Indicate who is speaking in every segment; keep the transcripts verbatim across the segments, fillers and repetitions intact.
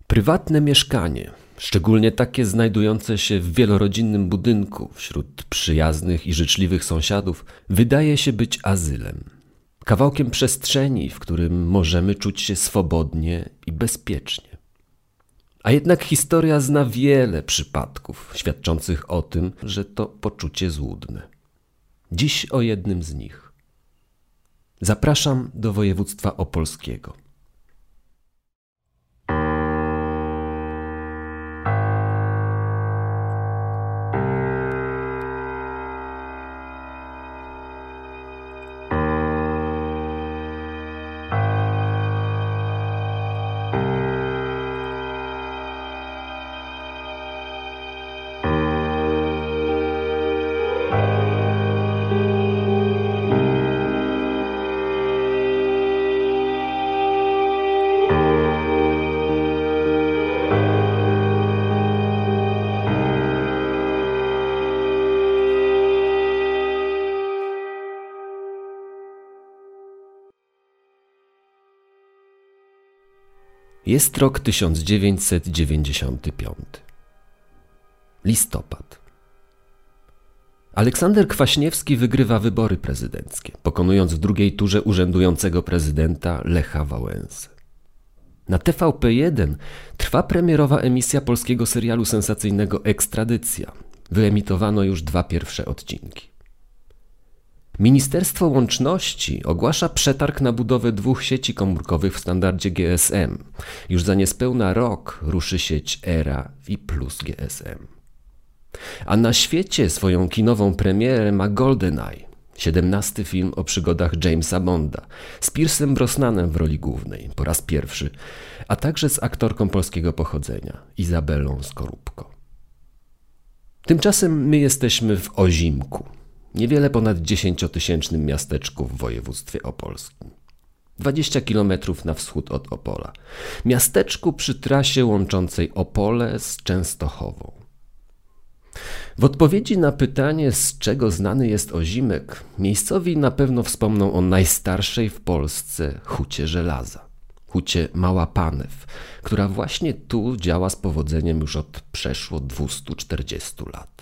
Speaker 1: Prywatne mieszkanie, szczególnie takie znajdujące się w wielorodzinnym budynku wśród przyjaznych i życzliwych sąsiadów, wydaje się być azylem. Kawałkiem przestrzeni, w którym możemy czuć się swobodnie i bezpiecznie. A jednak historia zna wiele przypadków świadczących o tym, że to poczucie złudne. Dziś o jednym z nich. Zapraszam do województwa opolskiego. Jest rok tysiąc dziewięćset dziewięćdziesiąty piąty. Listopad. Aleksander Kwaśniewski wygrywa wybory prezydenckie, pokonując w drugiej turze urzędującego prezydenta Lecha Wałęsę. Na T V P jeden trwa premierowa emisja polskiego serialu sensacyjnego Ekstradycja. Wyemitowano już dwa pierwsze odcinki. Ministerstwo Łączności ogłasza przetarg na budowę dwóch sieci komórkowych w standardzie G S M. Już za niespełna rok ruszy sieć Era i Plus G S M. A na świecie swoją kinową premierę ma GoldenEye, siedemnasty film o przygodach Jamesa Bonda, z Piersem Brosnanem w roli głównej, po raz pierwszy, a także z aktorką polskiego pochodzenia, Izabelą Skorupko. Tymczasem my jesteśmy w Ozimku, niewiele ponad dziesięciotysięcznym miasteczku w województwie opolskim. dwadzieścia kilometrów na wschód od Opola. Miasteczku przy trasie łączącej Opole z Częstochową. W odpowiedzi na pytanie, z czego znany jest Ozimek, miejscowi na pewno wspomną o najstarszej w Polsce hucie żelaza. Hucie Mała Panew, która właśnie tu działa z powodzeniem już od przeszło dwustu czterdziestu lat.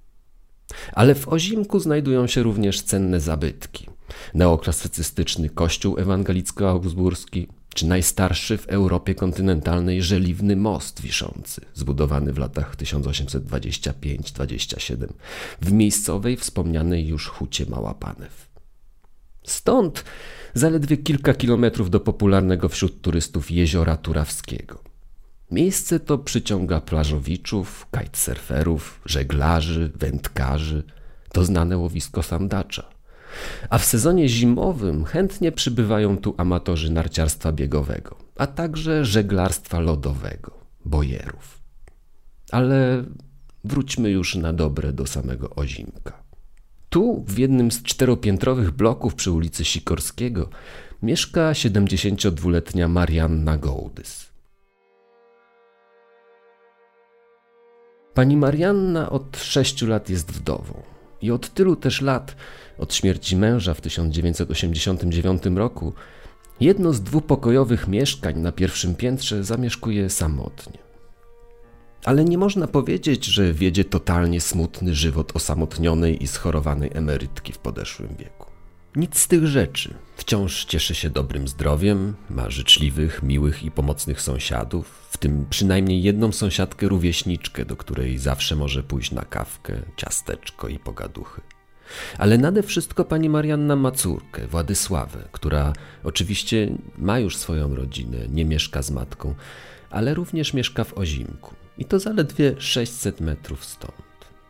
Speaker 1: Ale w Ozimku znajdują się również cenne zabytki. Neoklasycystyczny kościół ewangelicko-augsburski, czy najstarszy w Europie kontynentalnej żeliwny most wiszący, zbudowany w latach tysiąc osiemset dwudziestym piątym do dwudziestego siódmego w miejscowej wspomnianej już hucie Mała Panew. Stąd zaledwie kilka kilometrów do popularnego wśród turystów jeziora Turawskiego. Miejsce to przyciąga plażowiczów, kitesurferów, żeglarzy, wędkarzy. To znane łowisko sandacza. A w sezonie zimowym chętnie przybywają tu amatorzy narciarstwa biegowego, a także żeglarstwa lodowego, bojerów. Ale wróćmy już na dobre do samego Ozimka. Tu, w jednym z czteropiętrowych bloków przy ulicy Sikorskiego, mieszka siedemdziesięciodwuletnia Marianna Gołdys. Pani Marianna od sześciu lat jest wdową i od tylu też lat, od śmierci męża w tysiąc dziewięćset osiemdziesiątym dziewiątym roku, jedno z dwupokojowych mieszkań na pierwszym piętrze zamieszkuje samotnie. Ale nie można powiedzieć, że wiedzie totalnie smutny żywot osamotnionej i schorowanej emerytki w podeszłym wieku. Nic z tych rzeczy. Wciąż cieszy się dobrym zdrowiem, ma życzliwych, miłych i pomocnych sąsiadów, w tym przynajmniej jedną sąsiadkę rówieśniczkę, do której zawsze może pójść na kawkę, ciasteczko i pogaduchy. Ale nade wszystko pani Marianna ma córkę, Władysławę, która oczywiście ma już swoją rodzinę, nie mieszka z matką, ale również mieszka w Ozimku. I to zaledwie sześćset metrów stąd.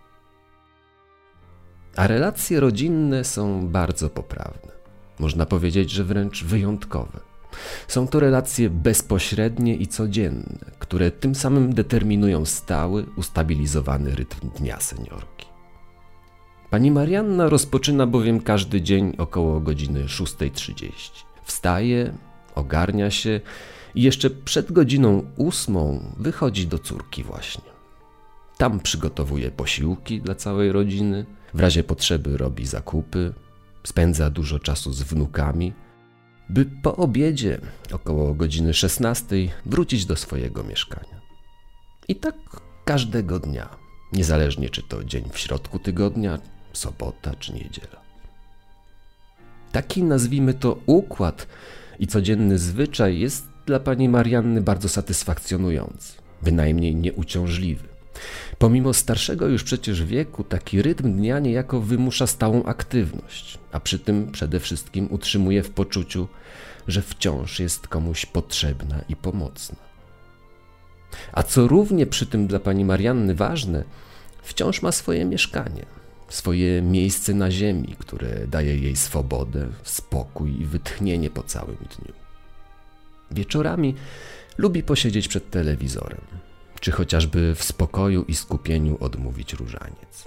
Speaker 1: A relacje rodzinne są bardzo poprawne. Można powiedzieć, że wręcz wyjątkowe. Są to relacje bezpośrednie i codzienne, które tym samym determinują stały, ustabilizowany rytm dnia seniorki. Pani Marianna rozpoczyna bowiem każdy dzień około godziny szósta trzydzieści. Wstaje, ogarnia się i jeszcze przed godziną ósmą wychodzi do córki właśnie. Tam przygotowuje posiłki dla całej rodziny, w razie potrzeby robi zakupy, spędza dużo czasu z wnukami. by po obiedzie około godziny szesnastej wrócić do swojego mieszkania. I tak każdego dnia, niezależnie czy to dzień w środku tygodnia, sobota czy niedziela. Taki, nazwijmy to, układ i codzienny zwyczaj jest dla pani Marianny bardzo satysfakcjonujący, bynajmniej nieuciążliwy. Pomimo starszego już przecież wieku, taki rytm dnia niejako wymusza stałą aktywność, a przy tym przede wszystkim utrzymuje w poczuciu, że wciąż jest komuś potrzebna i pomocna. A co równie przy tym dla pani Marianny ważne, wciąż ma swoje mieszkanie, swoje miejsce na ziemi, które daje jej swobodę, spokój i wytchnienie po całym dniu. Wieczorami lubi posiedzieć przed telewizorem, czy chociażby w spokoju i skupieniu odmówić różaniec.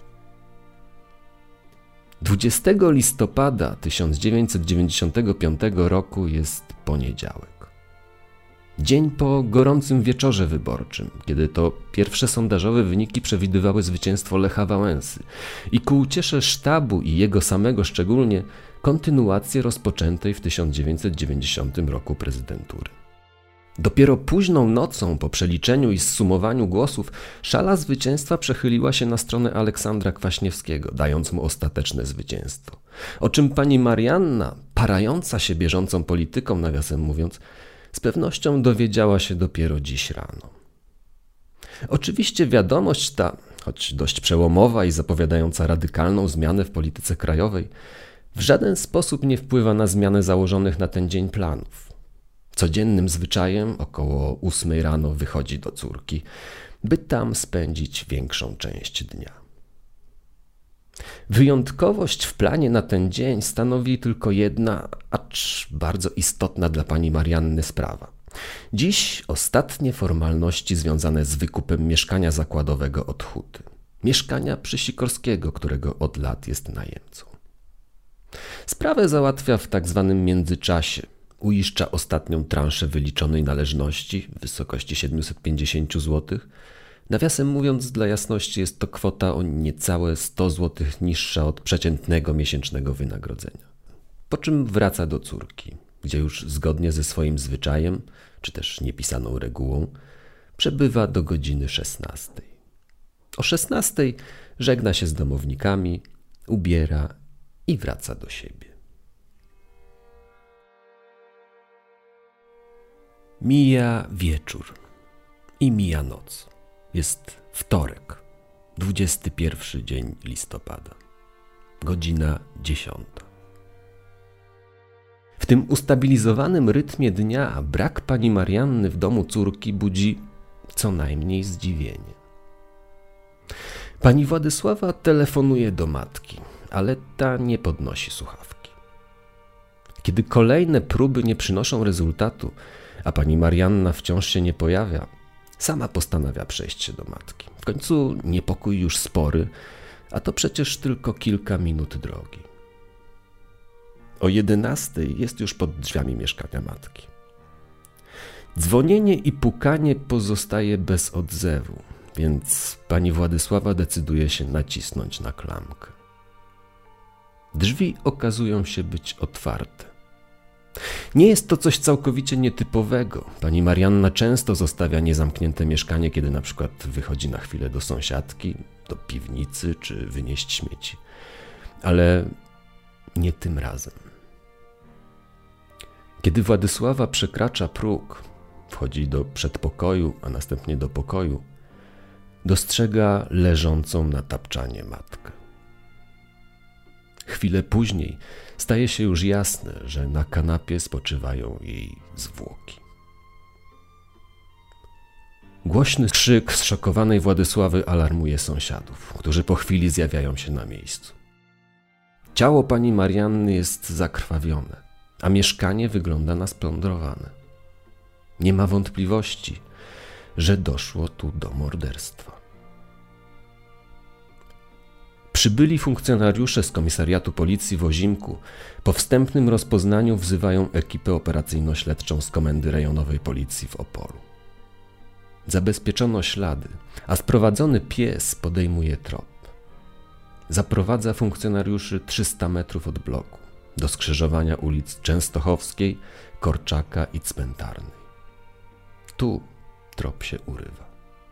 Speaker 1: dwudziestego listopada tysiąc dziewięćset dziewięćdziesiątego piątego roku jest poniedziałek. Dzień po gorącym wieczorze wyborczym, kiedy to pierwsze sondażowe wyniki przewidywały zwycięstwo Lecha Wałęsy i ku uciesze sztabu i jego samego szczególnie kontynuację rozpoczętej w tysiąc dziewięćset dziewięćdziesiątym roku prezydentury. Dopiero późną nocą po przeliczeniu i zsumowaniu głosów szala zwycięstwa przechyliła się na stronę Aleksandra Kwaśniewskiego, dając mu ostateczne zwycięstwo. O czym pani Marianna, parająca się bieżącą polityką, nawiasem mówiąc, z pewnością dowiedziała się dopiero dziś rano. Oczywiście wiadomość ta, choć dość przełomowa i zapowiadająca radykalną zmianę w polityce krajowej, w żaden sposób nie wpływa na zmianę założonych na ten dzień planów. Codziennym zwyczajem około ósmej rano wychodzi do córki, by tam spędzić większą część dnia. Wyjątkowość w planie na ten dzień stanowi tylko jedna, acz bardzo istotna dla pani Marianny sprawa. Dziś ostatnie formalności związane z wykupem mieszkania zakładowego od Huty. Mieszkania przy Sikorskiego, którego od lat jest najemcą. Sprawę załatwia w tak zwanym międzyczasie. Uiszcza ostatnią transzę wyliczonej należności w wysokości siedemset pięćdziesiąt złotych. Nawiasem mówiąc, dla jasności jest to kwota o niecałe sto złotych niższa od przeciętnego miesięcznego wynagrodzenia. Po czym wraca do córki, gdzie już zgodnie ze swoim zwyczajem, czy też niepisaną regułą, przebywa do godziny szesnastej. O szesnastej żegna się z domownikami, ubiera i wraca do siebie. Mija wieczór i mija noc. Jest wtorek, dwudziesty pierwszy dzień listopada, godzina dziesiąta. W tym ustabilizowanym rytmie dnia brak pani Marianny w domu córki budzi co najmniej zdziwienie. Pani Władysława telefonuje do matki, ale ta nie podnosi słuchawki. Kiedy kolejne próby nie przynoszą rezultatu, a pani Marianna wciąż się nie pojawia, sama postanawia przejść się do matki. W końcu niepokój już spory, a to przecież tylko kilka minut drogi. O jedenastej jest już pod drzwiami mieszkania matki. Dzwonienie i pukanie pozostaje bez odzewu, więc pani Władysława decyduje się nacisnąć na klamkę. Drzwi okazują się być otwarte. Nie jest to coś całkowicie nietypowego. Pani Marianna często zostawia niezamknięte mieszkanie, kiedy na przykład wychodzi na chwilę do sąsiadki, do piwnicy czy wynieść śmieci. Ale nie tym razem. Kiedy Władysława przekracza próg, wchodzi do przedpokoju, a następnie do pokoju, dostrzega leżącą na tapczanie matkę. Chwilę później staje się już jasne, że na kanapie spoczywają jej zwłoki. Głośny krzyk zszokowanej Władysławy alarmuje sąsiadów, którzy po chwili zjawiają się na miejscu. Ciało pani Marianny jest zakrwawione, a mieszkanie wygląda na splądrowane. Nie ma wątpliwości, że doszło tu do morderstwa. Przybyli funkcjonariusze z komisariatu policji w Ozimku po wstępnym rozpoznaniu wzywają ekipę operacyjno-śledczą z Komendy Rejonowej Policji w Opolu. Zabezpieczono ślady, a sprowadzony pies podejmuje trop. Zaprowadza funkcjonariuszy trzysta metrów od bloku, do skrzyżowania ulic Częstochowskiej, Korczaka i Cmentarnej. Tu trop się urywa.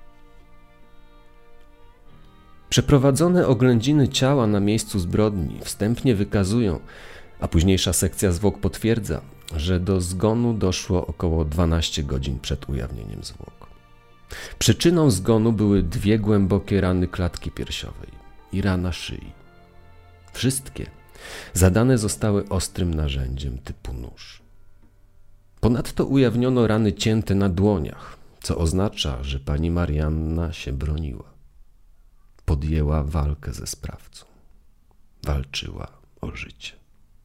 Speaker 1: Przeprowadzone oględziny ciała na miejscu zbrodni wstępnie wykazują, a późniejsza sekcja zwłok potwierdza, że do zgonu doszło około dwanaście godzin przed ujawnieniem zwłok. Przyczyną zgonu były dwie głębokie rany klatki piersiowej i rana szyi. Wszystkie zadane zostały ostrym narzędziem typu nóż. Ponadto ujawniono rany cięte na dłoniach, co oznacza, że pani Marianna się broniła. Podjęła walkę ze sprawcą. Walczyła o życie.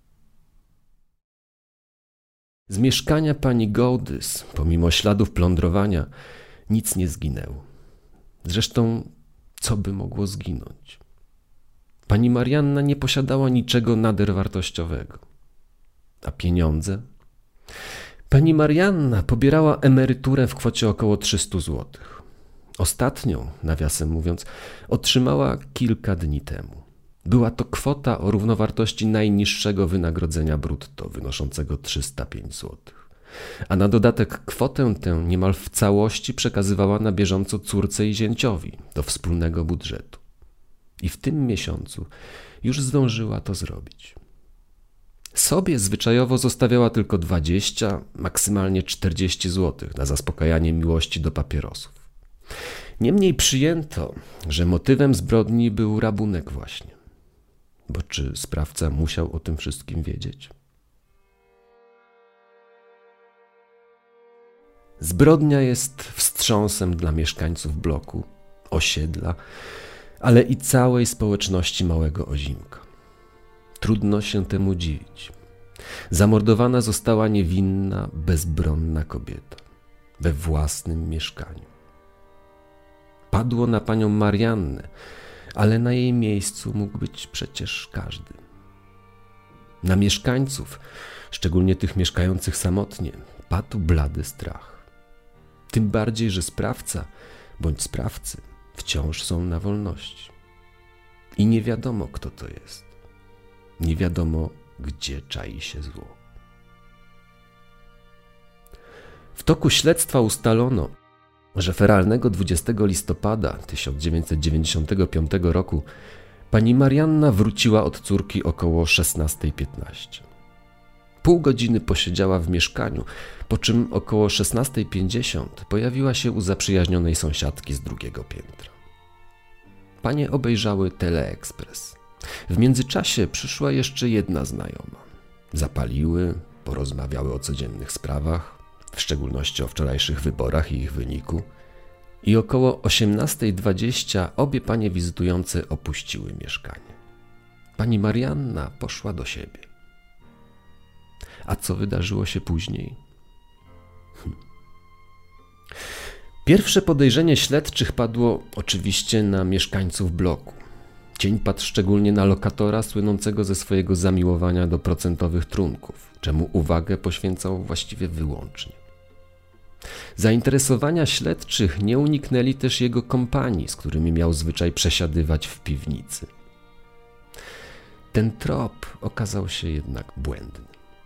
Speaker 1: Z mieszkania pani Gołdys, pomimo śladów plądrowania, nic nie zginęło. Zresztą, co by mogło zginąć? Pani Marianna nie posiadała niczego nader wartościowego. A pieniądze? Pani Marianna pobierała emeryturę w kwocie około trzysta złotych. Ostatnią, nawiasem mówiąc, otrzymała kilka dni temu. Była to kwota o równowartości najniższego wynagrodzenia brutto, wynoszącego trzysta pięć złotych. A na dodatek kwotę tę niemal w całości przekazywała na bieżąco córce i zięciowi do wspólnego budżetu. I w tym miesiącu już zdążyła to zrobić. Sobie zwyczajowo zostawiała tylko dwadzieścia, maksymalnie czterdzieści złotych na zaspokajanie miłości do papierosów. Niemniej przyjęto, że motywem zbrodni był rabunek właśnie. Bo czy sprawca musiał o tym wszystkim wiedzieć? Zbrodnia jest wstrząsem dla mieszkańców bloku, osiedla, ale i całej społeczności Małego Ozimka. Trudno się temu dziwić. Zamordowana została niewinna, bezbronna kobieta we własnym mieszkaniu. Padło na panią Mariannę, ale na jej miejscu mógł być przecież każdy. Na mieszkańców, szczególnie tych mieszkających samotnie, padł blady strach. Tym bardziej, że sprawca bądź sprawcy wciąż są na wolności. I nie wiadomo, kto to jest. Nie wiadomo, gdzie czai się zło. W toku śledztwa ustalono, że feralnego dwudziestego listopada tysiąc dziewięćset dziewięćdziesiątego piątego roku pani Marianna wróciła od córki około szesnasta piętnaście. Pół godziny posiedziała w mieszkaniu, po czym około szesnasta pięćdziesiąt pojawiła się u zaprzyjaźnionej sąsiadki z drugiego piętra. Panie obejrzały teleekspres. W międzyczasie przyszła jeszcze jedna znajoma. Zapaliły, porozmawiały o codziennych sprawach, w szczególności o wczorajszych wyborach i ich wyniku. I około osiemnasta dwadzieścia obie panie wizytujące opuściły mieszkanie. Pani Marianna poszła do siebie. A co wydarzyło się później? Hm. Pierwsze podejrzenie śledczych padło oczywiście na mieszkańców bloku. Cień padł szczególnie na lokatora słynącego ze swojego zamiłowania do procentowych trunków, czemu uwagę poświęcał właściwie wyłącznie. Zainteresowania śledczych nie uniknęli też jego kompanii, z którymi miał zwyczaj przesiadywać w piwnicy. Ten trop okazał się jednak błędny.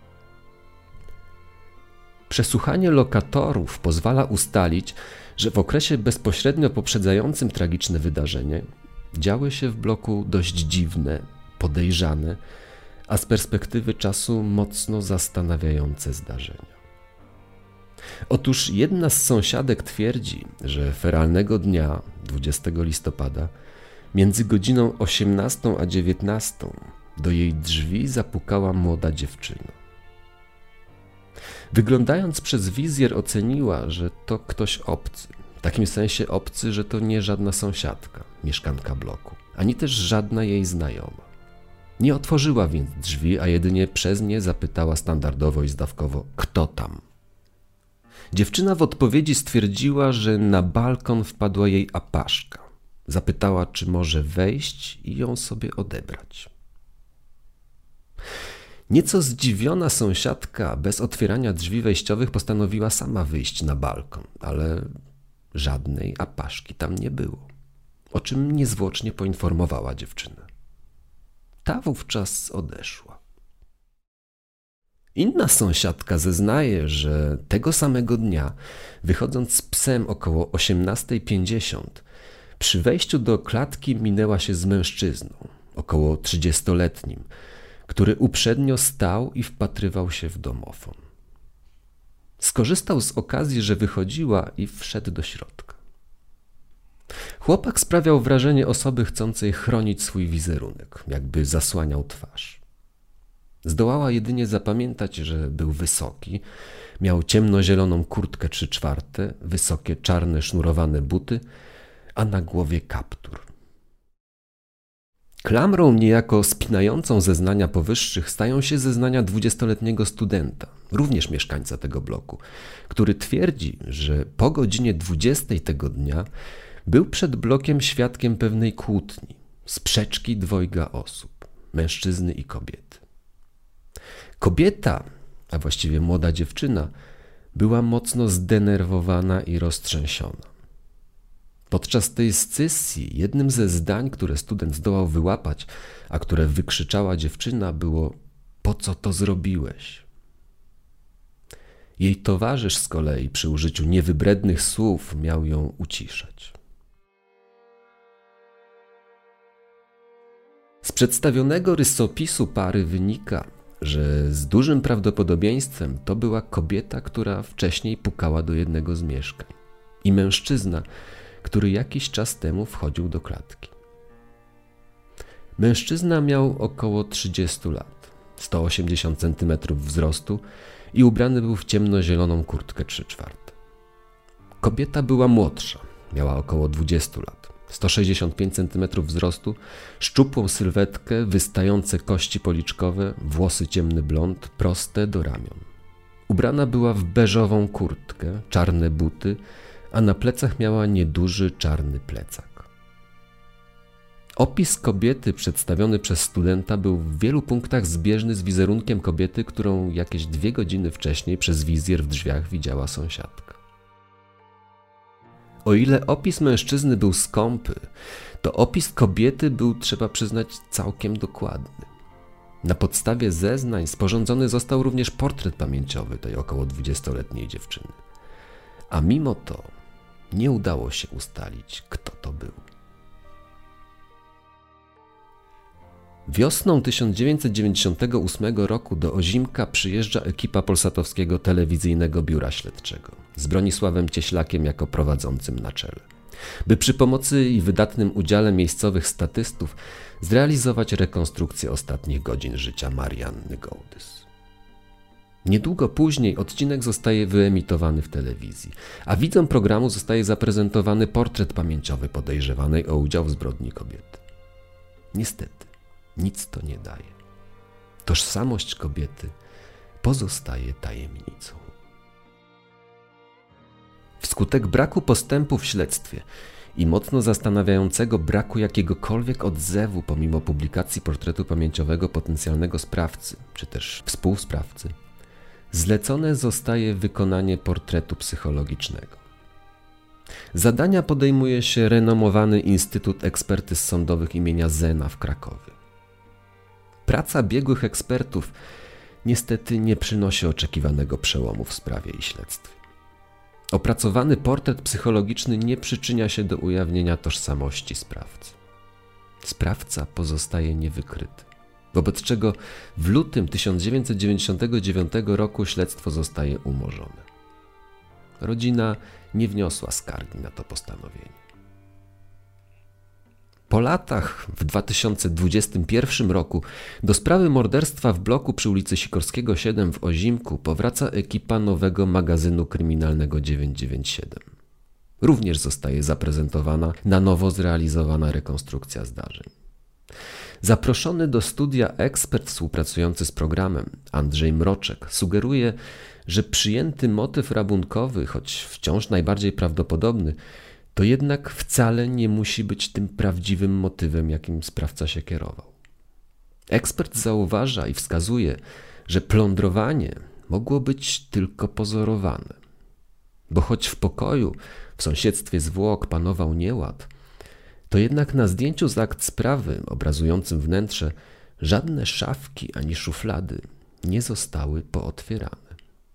Speaker 1: Przesłuchanie lokatorów pozwala ustalić, że w okresie bezpośrednio poprzedzającym tragiczne wydarzenie działy się w bloku dość dziwne, podejrzane, a z perspektywy czasu mocno zastanawiające zdarzenia. Otóż jedna z sąsiadek twierdzi, że feralnego dnia, dwudziestego listopada, między godziną osiemnastą a dziewiętnastą do jej drzwi zapukała młoda dziewczyna. Wyglądając przez wizjer oceniła, że to ktoś obcy, w takim sensie obcy, że to nie żadna sąsiadka, mieszkanka bloku, ani też żadna jej znajoma. Nie otworzyła więc drzwi, a jedynie przez nie zapytała standardowo i zdawkowo, kto tam. Dziewczyna w odpowiedzi stwierdziła, że na balkon wpadła jej apaszka. Zapytała, czy może wejść i ją sobie odebrać. Nieco zdziwiona sąsiadka bez otwierania drzwi wejściowych postanowiła sama wyjść na balkon, ale żadnej apaszki tam nie było, o czym niezwłocznie poinformowała dziewczynę. Ta wówczas odeszła. Inna sąsiadka zeznaje, że tego samego dnia, wychodząc z psem około osiemnasta pięćdziesiąt, przy wejściu do klatki minęła się z mężczyzną, około trzydziestoletnim, który uprzednio stał i wpatrywał się w domofon. Skorzystał z okazji, że wychodziła i wszedł do środka. Chłopak sprawiał wrażenie osoby chcącej chronić swój wizerunek, jakby zasłaniał twarz. Zdołała jedynie zapamiętać, że był wysoki, miał ciemnozieloną kurtkę trzy czwarte, wysokie czarne sznurowane buty, a na głowie kaptur. Klamrą niejako spinającą zeznania powyższych stają się zeznania dwudziestoletniego studenta, również mieszkańca tego bloku, który twierdzi, że po godzinie dwudziestej tego dnia był przed blokiem świadkiem pewnej kłótni, sprzeczki dwojga osób, mężczyzny i kobiety. Kobieta, a właściwie młoda dziewczyna, była mocno zdenerwowana i roztrzęsiona. Podczas tej scysji jednym ze zdań, które student zdołał wyłapać, a które wykrzyczała dziewczyna, było: po co to zrobiłeś? Jej towarzysz z kolei przy użyciu niewybrednych słów miał ją uciszać. Z przedstawionego rysopisu pary wynika, że z dużym prawdopodobieństwem to była kobieta, która wcześniej pukała do jednego z mieszkań, i mężczyzna, który jakiś czas temu wchodził do klatki. Mężczyzna miał około trzydziestu lat, sto osiemdziesiąt centymetrów wzrostu i ubrany był w ciemnozieloną kurtkę trzy czwarte. Kobieta była młodsza, miała około dwudziestu lat, sto sześćdziesiąt pięć centymetrów wzrostu, szczupłą sylwetkę, wystające kości policzkowe, włosy ciemny blond, proste do ramion. Ubrana była w beżową kurtkę, czarne buty, a na plecach miała nieduży czarny plecak. Opis kobiety przedstawiony przez studenta był w wielu punktach zbieżny z wizerunkiem kobiety, którą jakieś dwie godziny wcześniej przez wizjer w drzwiach widziała sąsiadka. O ile opis mężczyzny był skąpy, to opis kobiety był, trzeba przyznać, całkiem dokładny. Na podstawie zeznań sporządzony został również portret pamięciowy tej około dwudziestoletniej dziewczyny. A mimo to nie udało się ustalić, kto to był. Wiosną tysiąc dziewięćset dziewięćdziesiątego ósmego roku do Ozimka przyjeżdża ekipa polsatowskiego telewizyjnego biura śledczego z Bronisławem Cieślakiem jako prowadzącym na czele, by przy pomocy i wydatnym udziale miejscowych statystów zrealizować rekonstrukcję ostatnich godzin życia Marianny Gołdys. Niedługo później odcinek zostaje wyemitowany w telewizji, a widzom programu zostaje zaprezentowany portret pamięciowy podejrzewanej o udział w zbrodni kobiety. Niestety, nic to nie daje. Tożsamość kobiety pozostaje tajemnicą. Wskutek braku postępu w śledztwie i mocno zastanawiającego braku jakiegokolwiek odzewu pomimo publikacji portretu pamięciowego potencjalnego sprawcy, czy też współsprawcy, zlecone zostaje wykonanie portretu psychologicznego. Zadania podejmuje się renomowany Instytut Ekspertyz Sądowych imienia Zena w Krakowie. Praca biegłych ekspertów niestety nie przynosi oczekiwanego przełomu w sprawie i śledztwie. Opracowany portret psychologiczny nie przyczynia się do ujawnienia tożsamości sprawcy. Sprawca pozostaje niewykryty, wobec czego w lutym tysiąc dziewięćset dziewięćdziesiątego dziewiątego roku śledztwo zostaje umorzone. Rodzina nie wniosła skargi na to postanowienie. Po latach, w dwa tysiące dwudziestym pierwszym roku, do sprawy morderstwa w bloku przy ulicy Sikorskiego siedem w Ozimku powraca ekipa nowego magazynu kryminalnego dziewięćset dziewięćdziesiąt siedem. Również zostaje zaprezentowana na nowo zrealizowana rekonstrukcja zdarzeń. Zaproszony do studia ekspert współpracujący z programem, Andrzej Mroczek, sugeruje, że przyjęty motyw rabunkowy, choć wciąż najbardziej prawdopodobny, to jednak wcale nie musi być tym prawdziwym motywem, jakim sprawca się kierował. Ekspert zauważa i wskazuje, że plądrowanie mogło być tylko pozorowane, bo choć w pokoju w sąsiedztwie zwłok panował nieład, to jednak na zdjęciu z akt sprawy obrazującym wnętrze żadne szafki ani szuflady nie zostały pootwierane.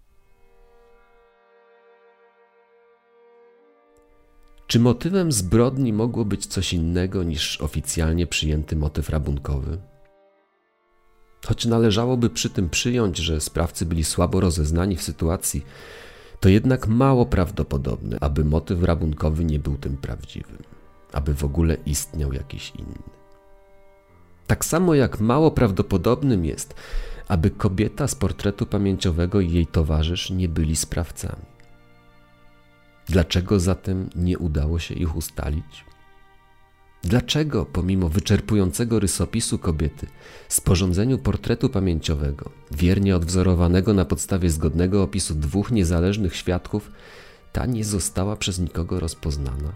Speaker 1: Czy motywem zbrodni mogło być coś innego niż oficjalnie przyjęty motyw rabunkowy? Choć należałoby przy tym przyjąć, że sprawcy byli słabo rozeznani w sytuacji, to jednak mało prawdopodobne, aby motyw rabunkowy nie był tym prawdziwym, aby w ogóle istniał jakiś inny. Tak samo jak mało prawdopodobnym jest, aby kobieta z portretu pamięciowego i jej towarzysz nie byli sprawcami. Dlaczego zatem nie udało się ich ustalić? Dlaczego, pomimo wyczerpującego rysopisu kobiety, sporządzeniu portretu pamięciowego, wiernie odwzorowanego na podstawie zgodnego opisu dwóch niezależnych świadków, ta nie została przez nikogo rozpoznana?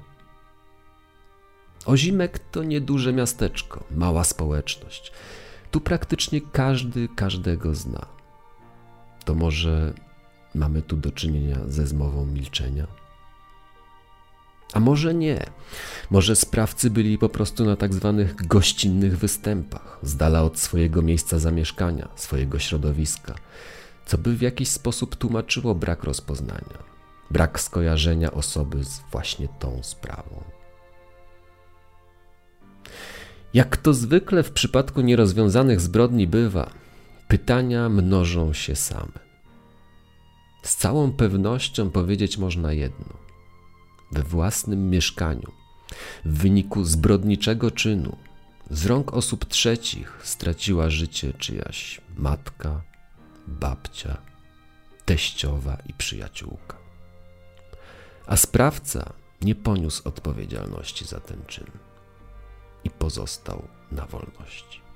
Speaker 1: Ozimek to nieduże miasteczko, mała społeczność. Tu praktycznie każdy każdego zna. To może mamy tu do czynienia ze zmową milczenia? A może nie. Może sprawcy byli po prostu na tak zwanych gościnnych występach, z dala od swojego miejsca zamieszkania, swojego środowiska, co by w jakiś sposób tłumaczyło brak rozpoznania, brak skojarzenia osoby z właśnie tą sprawą. Jak to zwykle w przypadku nierozwiązanych zbrodni bywa, pytania mnożą się same. Z całą pewnością powiedzieć można jedno. We własnym mieszkaniu, w wyniku zbrodniczego czynu, z rąk osób trzecich straciła życie czyjaś matka, babcia, teściowa i przyjaciółka. A sprawca nie poniósł odpowiedzialności za ten czyn i pozostał na wolności.